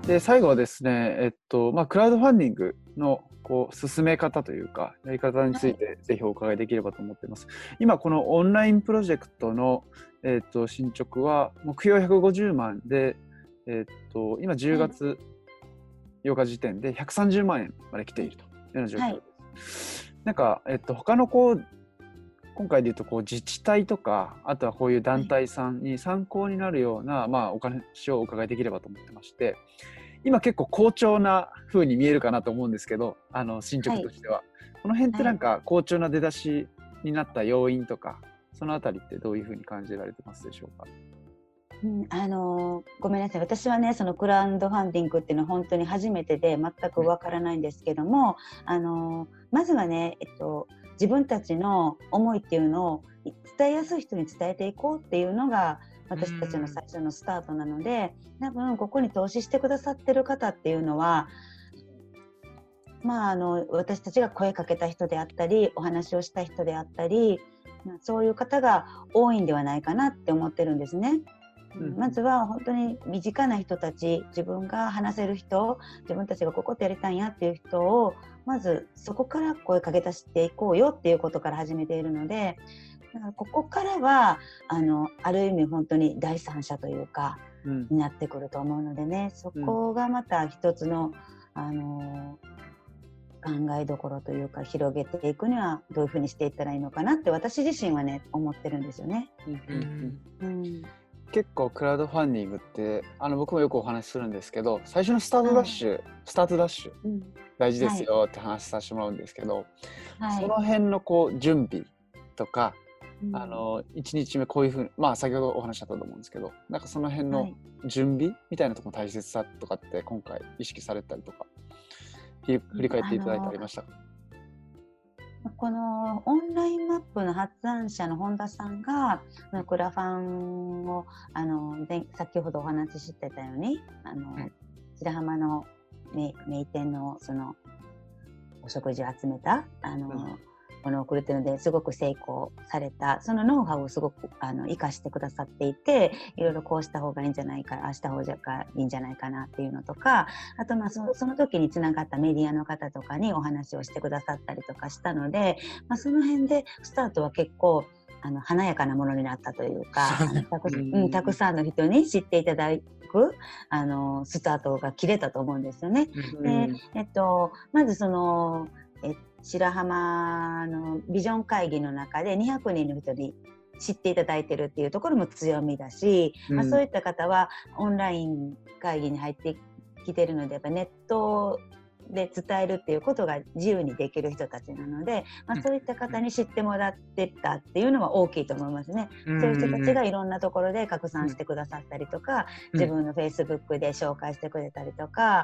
で最後はですね、クラウドファンディングの進め方というかやり方についてぜひお伺いできればと思っています。今このオンラインプロジェクトの、進捗は目標150万で、今10月8日時点で130万円まで来ているというような状況です。なんか、他の今回でいうと自治体とかあとはこういう団体さんに参考になるような、お話をお伺いできればと思ってまして、今結構好調な風に見えるかなと思うんですけど、進捗としては、この辺ってなんか好調な出だしになった要因とか、そのあたりってどういう風に感じられてますでしょうか？ ごめんなさい、私はねそのクラウドファンディングっていうのは本当に初めてで全くわからないんですけども、まずはね、自分たちの思いっていうのを伝えやすい人に伝えていこうっていうのが私たちの最初のスタートなので、多分ここに投資してくださってる方っていうのは、私たちが声かけた人であったりお話をした人であったり、そういう方が多いんではないかなって思ってるんですね。まずは本当に身近な人たち、自分が話せる人、自分たちがここってやりたいんやっていう人をまずそこから声かけ出していこうよっていうことから始めているので、だからここからはある意味本当に第三者というか、になってくると思うのでね、そこがまた一つの、考えどころというか、広げていくにはどういうふうにしていったらいいのかなって私自身はね思ってるんですよね。 結構クラウドファンディングって僕もよくお話しするんですけど、最初のスタートダッシュ、大事ですよって話させてもらうんですけど、その辺の準備とか、1日目こういうふうに、先ほどお話しあったと思うんですけど、なんかその辺の準備みたいなところの大切さとかって今回意識されたりとか振り返っていただいてありましたか？ このオンラインマップの発案者の本田さんがクラファンを先ほどお話ししてたように白浜の名店のそのお食事を集めたものを送るというのですごく成功された、そのノウハウをすごく生かしてくださっていて、いろいろこうした方がいいんじゃないか、ああした方がいいんじゃないかなっていうのとか、あとその時につながったメディアの方とかにお話をしてくださったりとかしたので、その辺でスタートは結構華やかなものになったというかたくさんの人に知っていただくスタートが切れたと思うんですよね。でまず白浜のビジョン会議の中で200人の人に知っていただいてるっていうところも強みだし、そういった方はオンライン会議に入ってきてるので、やっぱネットで伝えるっていうことが自由にできる人たちなので、そういった方に知ってもらってたっていうのは大きいと思いますね。そういう人たちがいろんなところで拡散してくださったりとか、自分の Facebook で紹介してくれたりとか、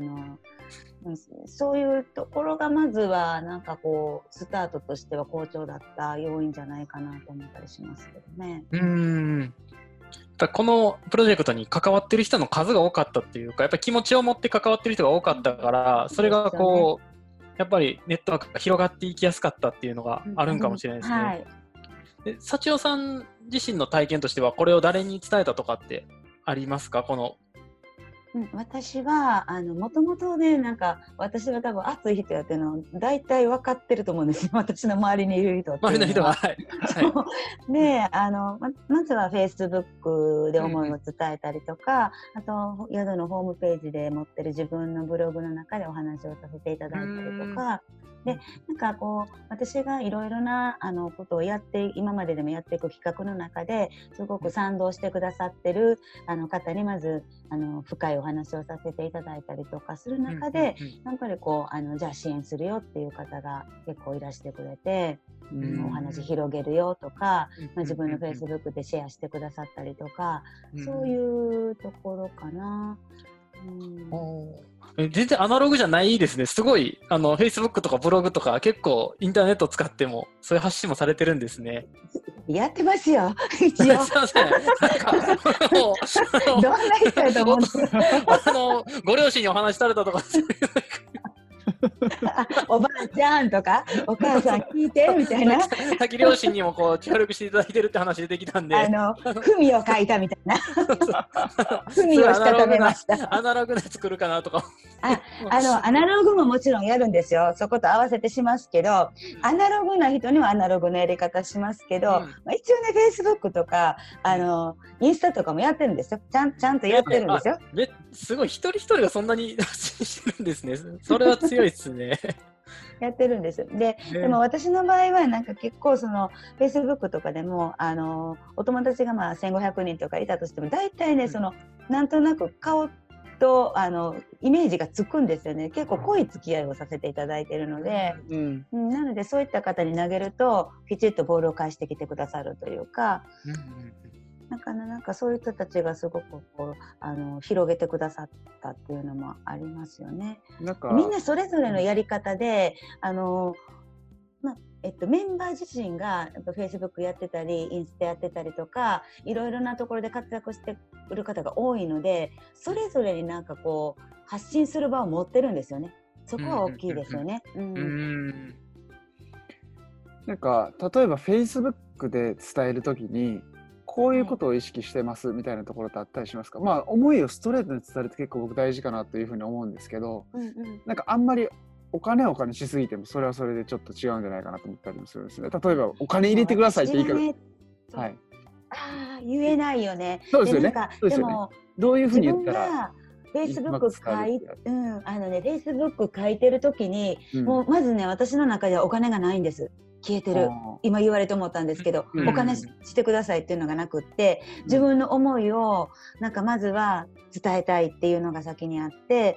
そういうところがまずはなんかスタートとしては好調だった要因じゃないかなと思ったりしますけどね。 このプロジェクトに関わってる人の数が多かったっていうか、やっぱり気持ちを持って関わってる人が多かったから、それがやっぱりネットワークが広がっていきやすかったっていうのがあるんかもしれないですね。で幸代さん自身の体験としてはこれを誰に伝えたとかってありますか？ 私はもともとね、なんか私は多分熱い人やってるの大体分かってると思うんですよ、私の周りにいる人っていうのは。周りの人はでまずは Facebook で思いを伝えたりとか、あと宿のホームページで持ってる自分のブログの中でお話をさせていただいたりとかで、なんか私がいろいろなことを今まででもやっていく企画の中ですごく賛同してくださってる方にまず深いお話をさせていただいたりとかする中で、やっぱりじゃあ支援するよっていう方が結構いらしてくれて、お話広げるよとか、自分の Facebook でシェアしてくださったりとか、そういうところかな。 全然アナログじゃないですね。すごいFacebook とかブログとか結構インターネットを使ってもそういう発信もされてるんですね。 やってますよ一応。 すいません、 どんな人やと思うんですか？ ご両親にお話しされたとかおばあちゃんとかお母さん聞いてみたいなさっき両親にもこう協力していただいてるって話出てきたんで、 文を書いたみたいな文をしたためました。 アナログな作るかなとかアナログももちろんやるんですよ。そこと合わせてしますけど、アナログな人にはアナログのやり方しますけど、一応ね、Facebook とかインスタとかもやってるんですよ。ちゃんとやってるんですよ。 すごい、一人一人がそんなに発信してるんですね。それは強いですね。 やってるんです。でも私の場合はなんか結構その Facebook とかでもお友達がまあ1500人とかいたとしても大体ね、そのなんとなく顔とイメージがつくんですよね。結構濃い付き合いをさせていただいているので、なのでそういった方に投げるときちっとボールを返してきてくださるというか、なんかそういう人たちがすごくこう広げてくださったっていうのもありますよね。みんなそれぞれのやり方でメンバー自身がやっぱ Facebook やってたりインスタやってたりとかいろいろなところで活躍している方が多いので、それぞれになんかこう発信する場を持ってるんですよね。そこは大きいですよね。 なんか例えば Facebook で伝えるときにこういうことを意識してますみたいなところってあったりしますか？まあ思いをストレートに伝えると結構僕大事かなというふうに思うんですけど、なんかあんまりお金しすぎてもそれはそれでちょっと違うんじゃないかなと思ったりもするんですね。例えばお金入れてくださいって言い方、 言えないよね。 そうですよね。 でもどういうふうに言ったら Facebook 書いてる時に、もうまずね私の中ではお金がないんです。消えてる。今言われて思ったんですけど、お金してくださいっていうのがなくって、自分の思いをなんかまずは伝えたいっていうのが先にあって、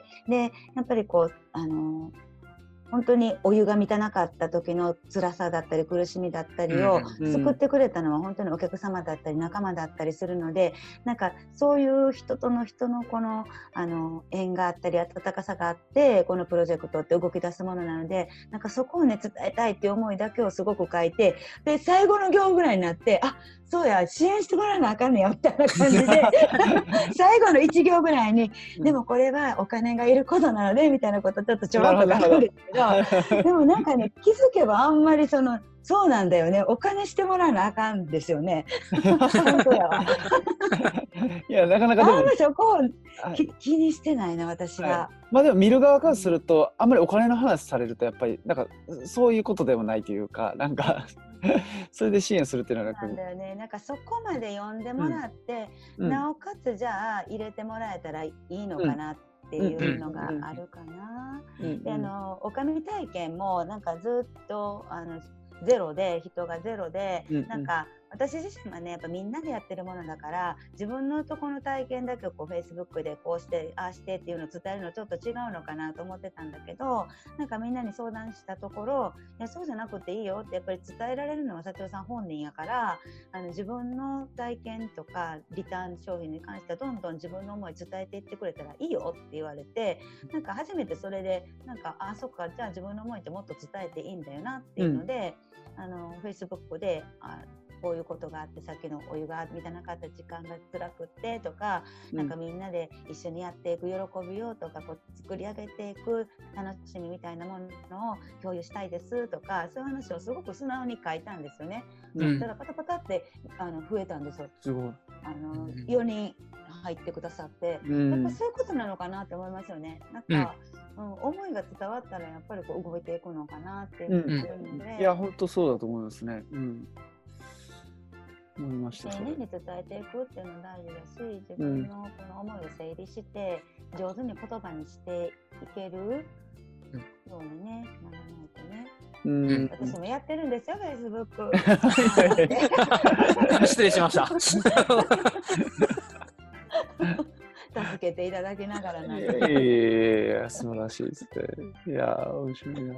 でやっぱりこう本当にお湯が満たなかった時の辛さだったり苦しみだったりを救ってくれたのは本当にお客様だったり仲間だったりするので、なんかそういう人のこの縁があったり温かさがあってこのプロジェクトって動き出すものなので、なんかそこをね伝えたいっていう思いだけをすごく書いて、で最後の行ぐらいになって、そうや支援してもらわなあかんねやみたいな感じで最後の1行ぐらいに、でもこれはお金がいることなのでみたいなことちょっとちょろっと書くんですけどでもなんかね、気づけばあんまりそうなんだよね、お金してもらわなあかんですよね本当やわいやなかなかでもあんまりそこを気にしてないな私は、 まあでも見る側からするとあんまりお金の話されるとやっぱりなんかそういうことでもないというか、なんかそれで支援するっていうのはなんだよね。なんかそこまで読んでもらって、なおかつじゃあ入れてもらえたらいいのかなっていうのがあるかな。でおかみ体験もなんかずっとゼロで人がゼロで、なんか私自身はねやっぱみんなでやってるものだから自分のところの体験だけをこう Facebook でこうしてああしてっていうのを伝えるのちょっと違うのかなと思ってたんだけど、なんかみんなに相談したところ、いやそうじゃなくていいよってやっぱり伝えられるのは社長さん本人やから、自分の体験とかリターン商品に関してはどんどん自分の思い伝えていってくれたらいいよって言われて、なんか初めてそれでなんかそっかじゃあ自分の思いってもっと伝えていいんだよなっていうので、Facebook でこういうことがあって、さっきのお湯が満たなかった時間が辛くってとか、なんかみんなで一緒にやっていく喜びをとかこう作り上げていく楽しみみたいなものを共有したいですとか、そういう話をすごく素直に書いたんですよね。そしたらパタパタって増えたんですよ。 すごい 4人入ってくださって、やっぱそういうことなのかなって思いますよね。なんか、思いが伝わったらやっぱりこう動いていくのかなっていうので、 いや本当そうだと思いますね。思いました。 丁寧に伝えていくっていうのも大事だし、自分のこの思いを整理して上手に言葉にしていけるようにねならないとね。私もやってるんですよ Facebook 失礼しました助けていただきながらなんで。 いや素晴らしいですね。いや面白いな。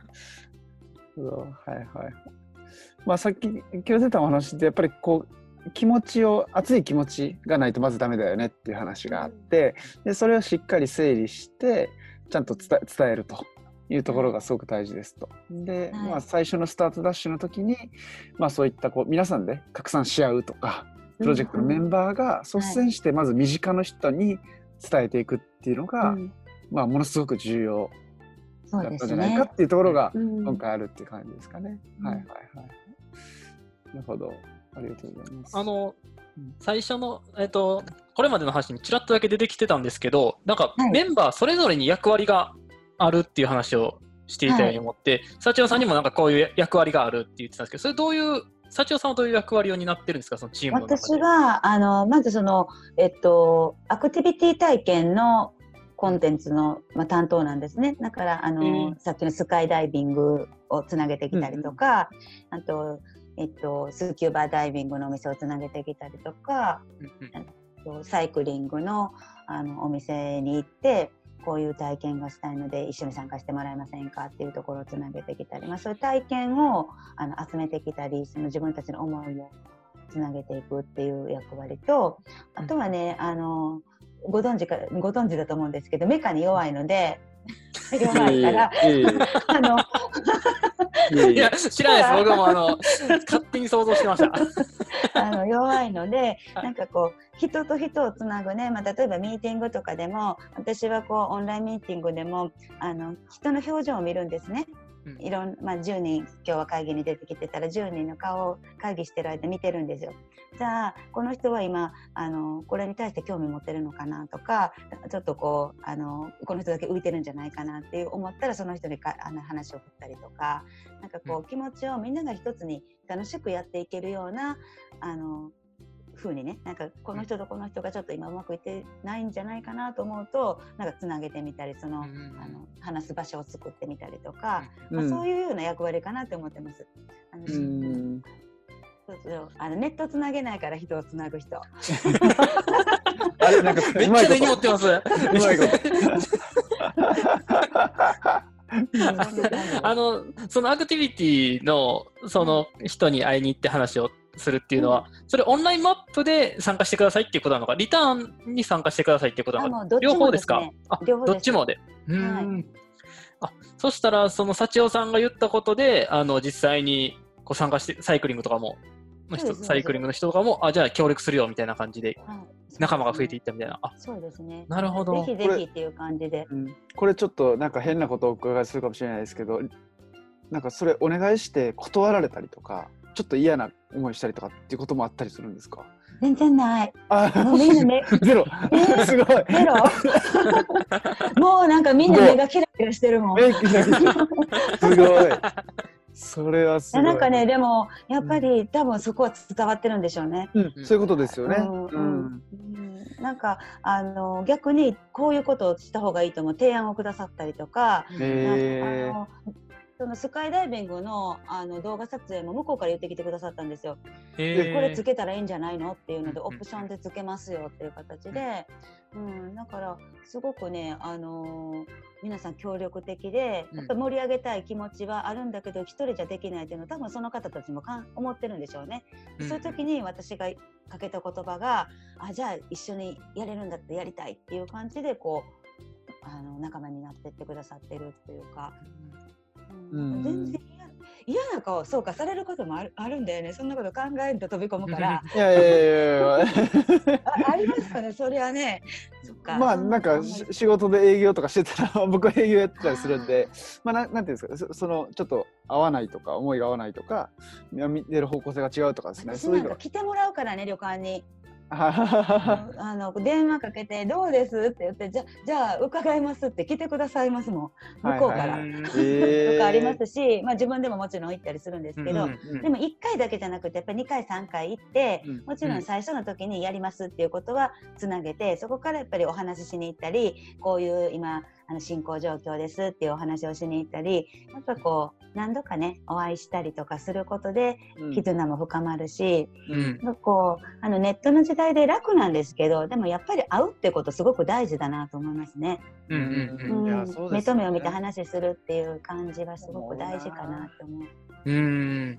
まあさっき今日出たお話でやっぱりこう気持ちを熱い気持ちがないとまずダメだよねっていう話があって、でそれをしっかり整理してちゃんと伝えるというところがすごく大事ですと。で、まあ最初のスタートダッシュの時にまあそういったこう皆さんで拡散し合うとか、プロジェクトのメンバーが率先してまず身近な人に伝えていくっていうのが、まあものすごく重要だったんじゃないかっていうところが今回あるっていう感じですかね。はいはいはい。なるほど。ありがとうございます。 最初の、これまでの話にちらっとだけ出てきてたんですけど、なんかメンバーそれぞれに役割があるっていう話をしていたように思って、幸男さんにもなんかこういう役割があるって言ってたんですけど、それどういう、幸男さんはどういう役割を担ってるんですか、そのチームの中で。 私はまずその、アクティビティ体験のコンテンツの、担当なんですね。だからさっきのスカイダイビングをつなげてきたりとか、あとスキューバダイビングのお店をつなげてきたりとか、サイクリングのお店に行ってこういう体験がしたいので一緒に参加してもらえませんかっていうところをつなげてきたり、そういう体験を集めてきたり、その自分たちの思いをつなげていくっていう役割と、あとはねご存知だと思うんですけど、メカに弱いので弱いからいや知らないです。僕も勝手に想像してました。 弱いので、なんかこう人と人をつなぐね、例えばミーティングとかでも、私はこうオンラインミーティングでも人の表情を見るんですね。10人今日は会議に出てきてたら10人の顔を会議してる間見てるんですよ。じゃあこの人は今これに対して興味持ってるのかなとか、ちょっとこうこの人だけ浮いてるんじゃないかなって思ったらその人に話を振ったりとか、なんかこう気持ちをみんなが一つに楽しくやっていけるような風にね、なんかこの人とこの人がちょっと今うまくいってないんじゃないかなと思うと、なんかつなげてみたり、話す場所を作ってみたりとか、そういうような役割かなって思ってます。ネットつなげないから人をつなぐ人。 あれなんかめっちゃ根に持ってます。うまいこと。そのアクティビティのその人に会いに行って話をするっていうのは、それオンラインマップで参加してくださいっていうことなのか、リターンに参加してくださいっていうことなのか、両方ですか？どっちもで。そしたらその幸男さんが言ったことで実際にこう参加してサイクリングとかもサイクリングの人とかもじゃあ協力するよみたいな感じで仲間が増えていったみたいな。 そうですね。 なるほど。 ぜひぜひっていう感じで。 これちょっとなんか変なことをお伺いするかもしれないですけど、なんかそれお願いして断られたりとか、ちょっと嫌な思いしたりとかっていうこともあったりするんですか？ 全然ない。もうみんなね、 ゼロ。すごい。 ゼロ。もうなんかみんな目がキラキラしてるもん。 すごい。それはすごい。 なんかね、でもやっぱり多分そこは伝わってるんでしょうね。 そういうことですよね。 なんか逆にこういうことをした方がいいとも提案をくださったりとか、そのスカイダイビングの動画撮影も向こうから言ってきてくださったんですよ。でこれつけたらいいんじゃないのっていうので、オプションでつけますよっていう形で、だからすごくね皆さん協力的で、やっぱり盛り上げたい気持ちはあるんだけど、一人じゃできないっていうのは多分その方たちも思ってるんでしょうね。そういう時に私がかけた言葉がじゃあ一緒にやれるんだってやりたいっていう感じでこう仲間になってってくださってるっていうか。全然嫌な顔そうかされることもあるんだよね。そんなこと考えんと飛び込むから。 いやありますかね、そりゃね。そっか。 なんか仕事で営業とかしてたら僕は営業やってたりするんで、なんていうんですか、そのちょっと合わないとか思いが合わないとか見てる方向性が違うとかですね。 そういうの来てもらうからね、旅館に。電話かけてどうですって言って、じゃあ伺いますって来てくださいますもん、向こうからとかありますし、自分でももちろん行ったりするんですけど、でも1回だけじゃなくてやっぱり2回3回行って、もちろん最初の時にやりますっていうことはつなげて、そこからやっぱりお話ししに行ったり、こういう今進行状況ですっていうお話をしに行ったり、やっぱこう何度かねお会いしたりとかすることで絆も深まるし、こうネットの時代で楽なんですけど、でもやっぱり会うってことすごく大事だなと思いますね。目と目を見て話するっていう感じはすごく大事かなと思う。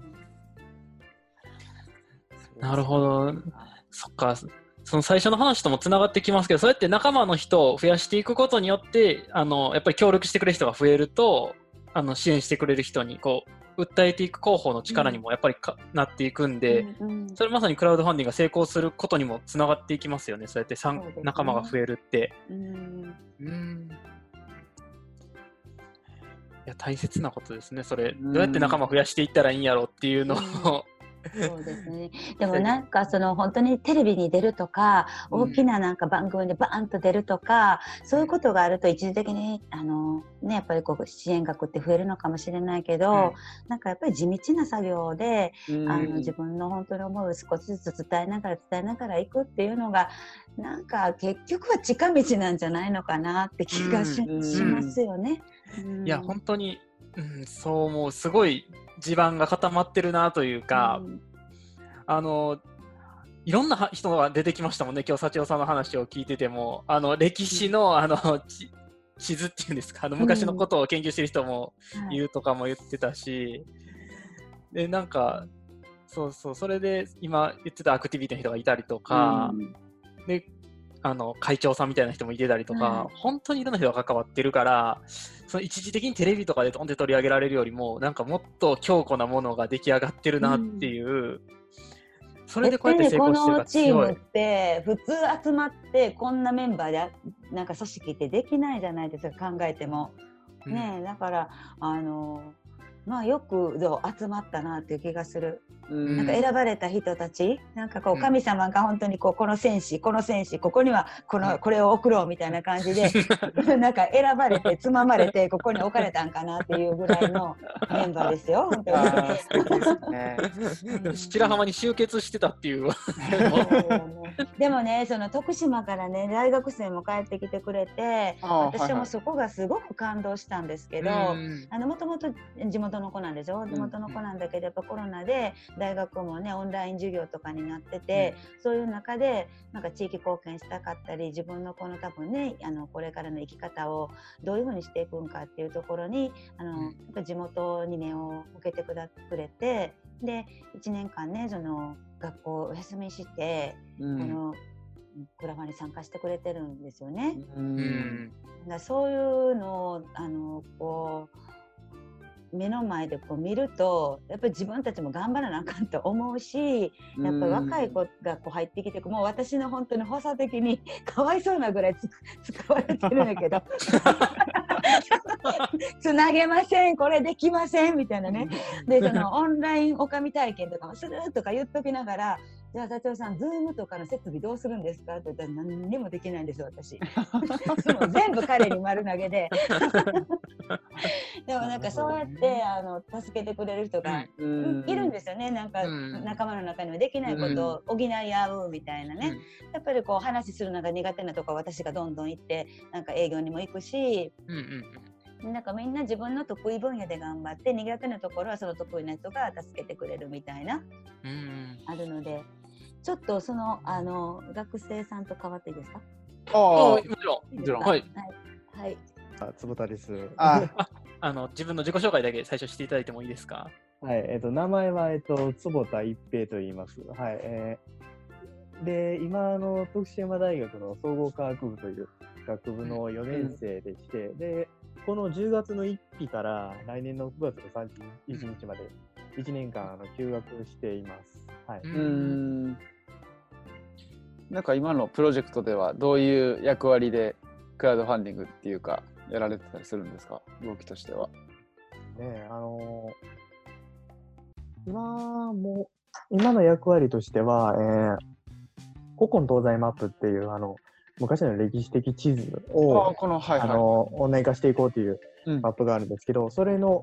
なるほど。そっか。その最初の話ともつながってきますけど、そうやって仲間の人を増やしていくことによってやっぱり協力してくれる人が増えると支援してくれる人にこう訴えていく広報の力にもやっぱりなっていくんで、それまさにクラウドファンディングが成功することにもつながっていきますよね。そうやって仲間が増えるって。 や大切なことですね。それどうやって仲間増やしていったらいいんやろうっていうのを、 そうですね。でもなんかその本当にテレビに出るとか、大きななんか番組でバーンと出るとか、そういうことがあると一時的にね、やっぱりこう支援額って増えるのかもしれないけど、なんかやっぱり地道な作業で自分の本当に思いを少しずつ伝えながらいくっていうのがなんか結局は近道なんじゃないのかなって気がしますよね。 いや本当に、そう思う。すごい地盤が固まってるなというか、いろんな人が出てきましたもんね。今日幸代さんの話を聞いてても、歴史の地図っていうんですか、昔のことを研究してる人もいるとかも言ってたし、でなんかそれで今言ってたアクティビティの人がいたりとか、で会長さんみたいな人もいてたりとか、本当にいろんな人が関わってるから、その一時的にテレビとかでドンって取り上げられるよりも、なんかもっと強固なものが出来上がってるなっていう、それでこうやって成功してるから強い。 このチームって普通集まってこんなメンバーでなんか組織ってできないじゃないですか、考えても。ね、だからまあよく集まったなっていう気がする。なんか選ばれた人たち、なんかこう神様が本当にこの戦士ここにはこれを送ろうみたいな感じでなんか選ばれてつままれてここに置かれたんかなっていうぐらいのメンバーですよ。本当に白浜に集結してたっていうでもね、その徳島からね大学生も帰ってきてくれて、私もそこがすごく感動したんですけど、もともと地元の子なんでしょ、地元の子なんだけど、やっぱコロナで大学もねオンライン授業とかになってて、そういう中でなんか地域貢献したかったり、自分のこの多分ねこれからの生き方をどういうふうにしていくんかっていうところにやっぱ地元に目を向けてくれて、で1年間ねその学校をお休みして、このクラファンに参加してくれてるんですよね。だそういうのをこう目の前でこう見るとやっぱり自分たちも頑張らなあかんと思うし、やっぱり若い子がこう入ってきて、もう私の本当に補佐的にかわいそうなぐらい使われてるんだけどつなげません、これできませんみたいなね。でそのオンラインおかみ体験とかもするとか言っときながら、じゃあ社長さん、ズームとかの設備どうするんですかって言ったら何にもできないんですよ、私。全部彼に丸投げで。でもなんかそうやって助けてくれる人がいるんですよね。なんか仲間の中にはできないことを補い合うみたいなね。やっぱりこう話するのが苦手なところは私がどんどん行ってなんか営業にも行くし。なんかみんな自分の得意分野で頑張って、苦手なところはその得意な人が助けてくれるみたいな、あるので、ちょっとその学生さんと変わっていいですか？ もちろん。はい。 はい。 坪田です。 自分の自己紹介だけ最初していただいてもいいですか？ はい。名前は坪田一平と言います。はい。で今徳島大学の総合科学部という学部の4年生でして、でこの10月の1日から来年の9月の31日まで1年間休学しています。はい。 なんか今のプロジェクトではどういう役割でクラウドファンディングっていうかやられてたりするんですか、動きとしては。 ね、今の役割としては、古今東西マップっていう昔の歴史的地図をオンライン化していこうというマップがあるんですけど、それの、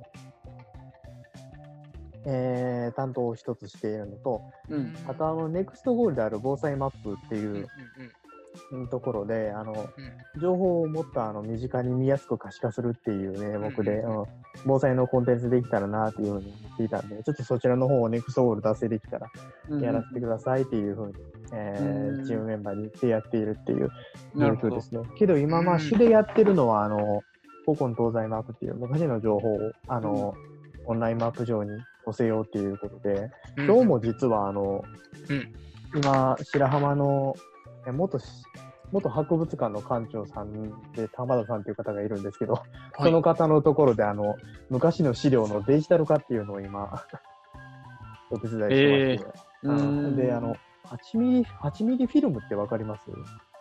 担当を一つしているのと、あとネクストゴールである防災マップっていうところで情報をもっと身近に見やすく可視化するっていう名目で、防災のコンテンツできたらなっていうふうに言っていたんで、ちょっとそちらの方をネクストゴール達成できたらやらせてくださいっていうふうに、チームメンバーに言ってやっているっていう状況ですね。けど今主でやってるのは古今東西マップっていう昔の情報をオンラインマップ上に載せようっていうことで、今日も実は今白浜の元博物館の館長さんで玉田さんという方がいるんですけど、その方のところで昔の資料のデジタル化っていうのを今お手伝いしてまして、で8ミリフィルムってわかります？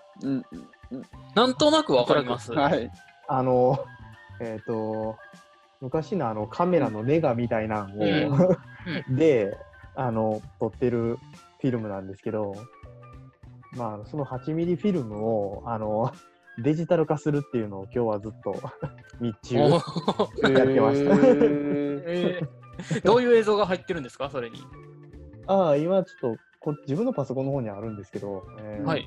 なんとなくわかります。 はい。 昔のカメラのネガみたいなのを、で撮ってるフィルムなんですけど、まあその8ミリフィルムをデジタル化するっていうのを今日はずっと日中やってました。 どういう映像が入ってるんですか、それに。 今ちょっと自分のパソコンの方にあるんですけど、 はい。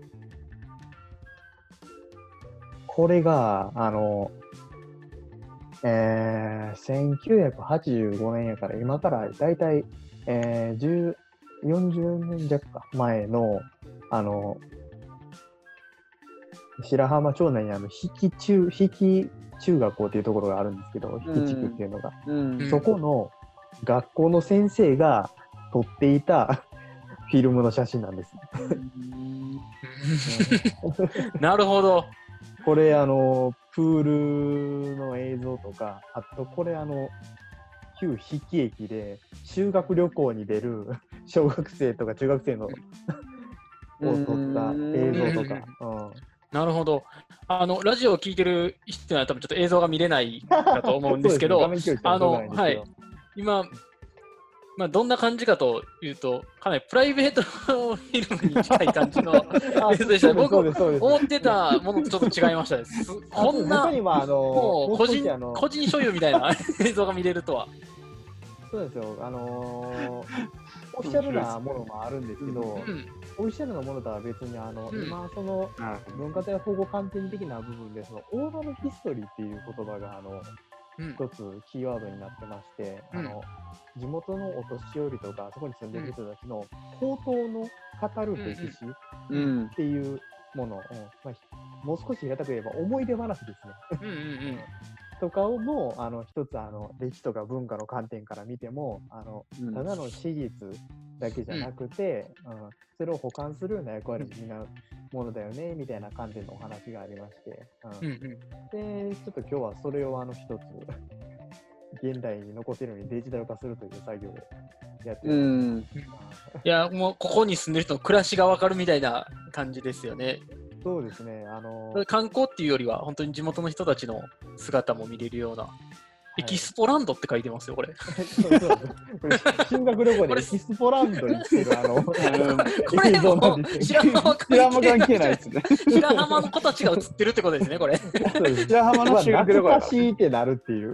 これが1985年やから今からだいたい40年弱か前の白浜町内に比企中学校っていうところがあるんですけど、比企地区っていうのが、そこの学校の先生が撮っていたフィルムの写真なんです。 なるほど。 これプールの映像とか、あとこれ旧筆記駅で修学旅行に出る小学生とか中学生のを撮った映像とか。 なるほど。ラジオを聞いてる人は多分ちょっと映像が見れないかと思うんですけど、はい、今、まあ、どんな感じかというと、かなりプライベートフィルムに近い感じの映像でしたね。僕、思ってたものとちょっと違いましたね。こんな、もう個人所有みたいな映像が見れるとは。 そうですよ。オフィシャルなものもあるんですけど、オフィシャルなものとは別に今その文化財保護観点的な部分でオーラルヒストリーっていう言葉が一つキーワードになってまして、地元のお年寄りとかそこに住んでる人たちの口頭の語る歴史っていうものを、もう少し平たく言えば思い出話ですね。とかをも一つ歴史とか文化の観点から見てもただの史実だけじゃなくて、それを保管するような役割を担うものだよねみたいな観点のお話がありまして、でちょっと今日はそれを一つ現代に残せるようにデジタル化するという作業をやってます。 いやもうここに住んでる人の暮らしが分かるみたいな感じですよね。 そうですね。 観光っていうよりは本当に地元の人たちの姿も見れるような、エキスポランドって書いてますよこれ。 修学旅行でエキスポランドに来てるこれも白浜関係ないですね。白浜の子たちが映ってるってことですねこれ。 白浜の修学旅行懐かしいってなるっていう。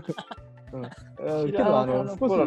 けど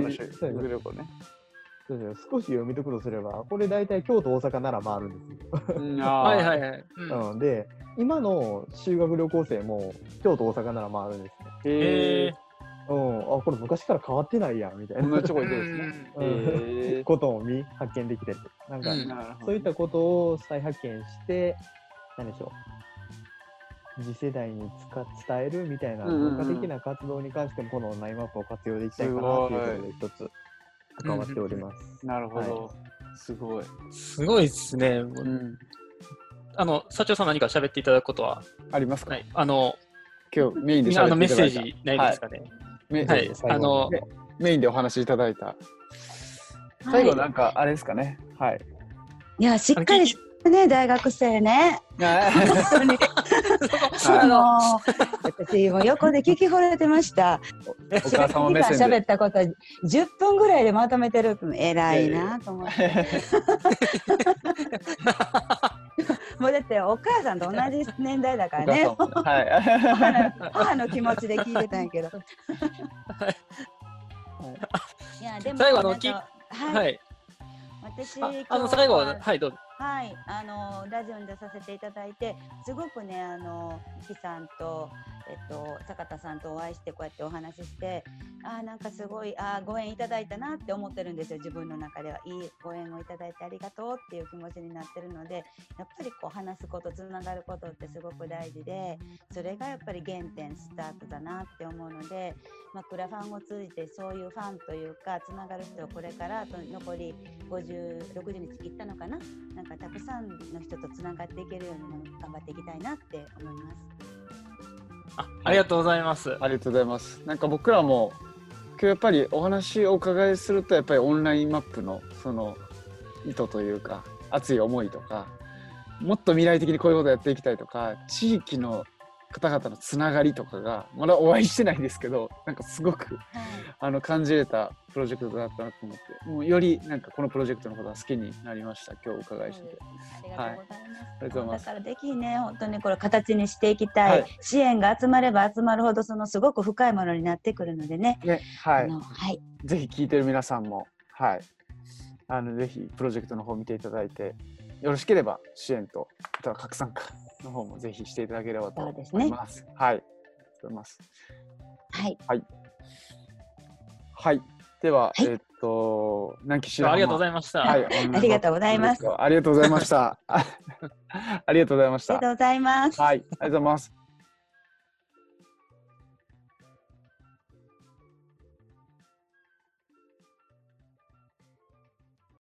少し読み解くとすれば、これ大体京都大阪なら回るんですよ。 はいはいはい。 で、今の修学旅行生も京都大阪なら回るんですね。 へえ。 これ昔から変わってないやんみたいなことを発見できてる。なんかそういったことを再発見して、何でしょう。次世代に伝えるみたいな文化的な活動に関してもこのオンラインマップを活用できたいかなということで一つ関わっております。 なるほど、すごいですね。社長さん何か喋っていただくことはありますか？ 今日メインで喋ってメッセージないですかね？ メインでお話しいただいた最後なんかあれですかね。 いやしっかりしてね大学生ね。本当に私も横で聞き惚れてました。 お母さんも目線で喋ったこと10分ぐらいでまとめてるって偉いなと思って。もうだってお母さんと同じ年代だからね。母の気持ちで聞いてたんやけど。いやでも最後私最後はどうぞ。 ラジオに出させていただいてすごくね木さんと坂田さんとお会いしてこうやってお話ししてなんかすごいご縁いただいたなって思ってるんですよ。自分の中ではいいご縁をいただいてありがとうっていう気持ちになってるのでやっぱりこう話すことつながることってすごく大事でそれがやっぱり原点スタートだなって思うので、クラファンを通じてそういうファンというかつながる人をこれから残り60日切ったのかななんかたくさんの人とつながっていけるように頑張っていきたいなって思います。 ありがとうございます。 ありがとうございます。なんか僕らも今日やっぱりお話をお伺いするとやっぱりオンラインマップのその意図というか熱い思いとかもっと未来的にこういうことやっていきたいとか地域の方々のつながりとかがまだお会いしてないんですけど、なんかすごく感じれたプロジェクトだったなと思って、もうよりなんかこのプロジェクトのことが好きになりました。今日お伺いしてて、 ありがとうございます。 ありがとうございます。 だからぜひね、本当にこれ形にしていきたい、支援が集まれば集まるほどそのすごく深いものになってくるのでね。 ぜひ聞いてる皆さんも、ぜひプロジェクトの方見ていただいて、よろしければ支援とあとは拡散の方もぜひしていただければと思います。はい。ありがとうございます。はい。では、南紀白浜、 ありがとうございました。 ありがとうございます。 ありがとうございました。ありがとうございました。 ありがとうございます。 はい。ありがとうございます。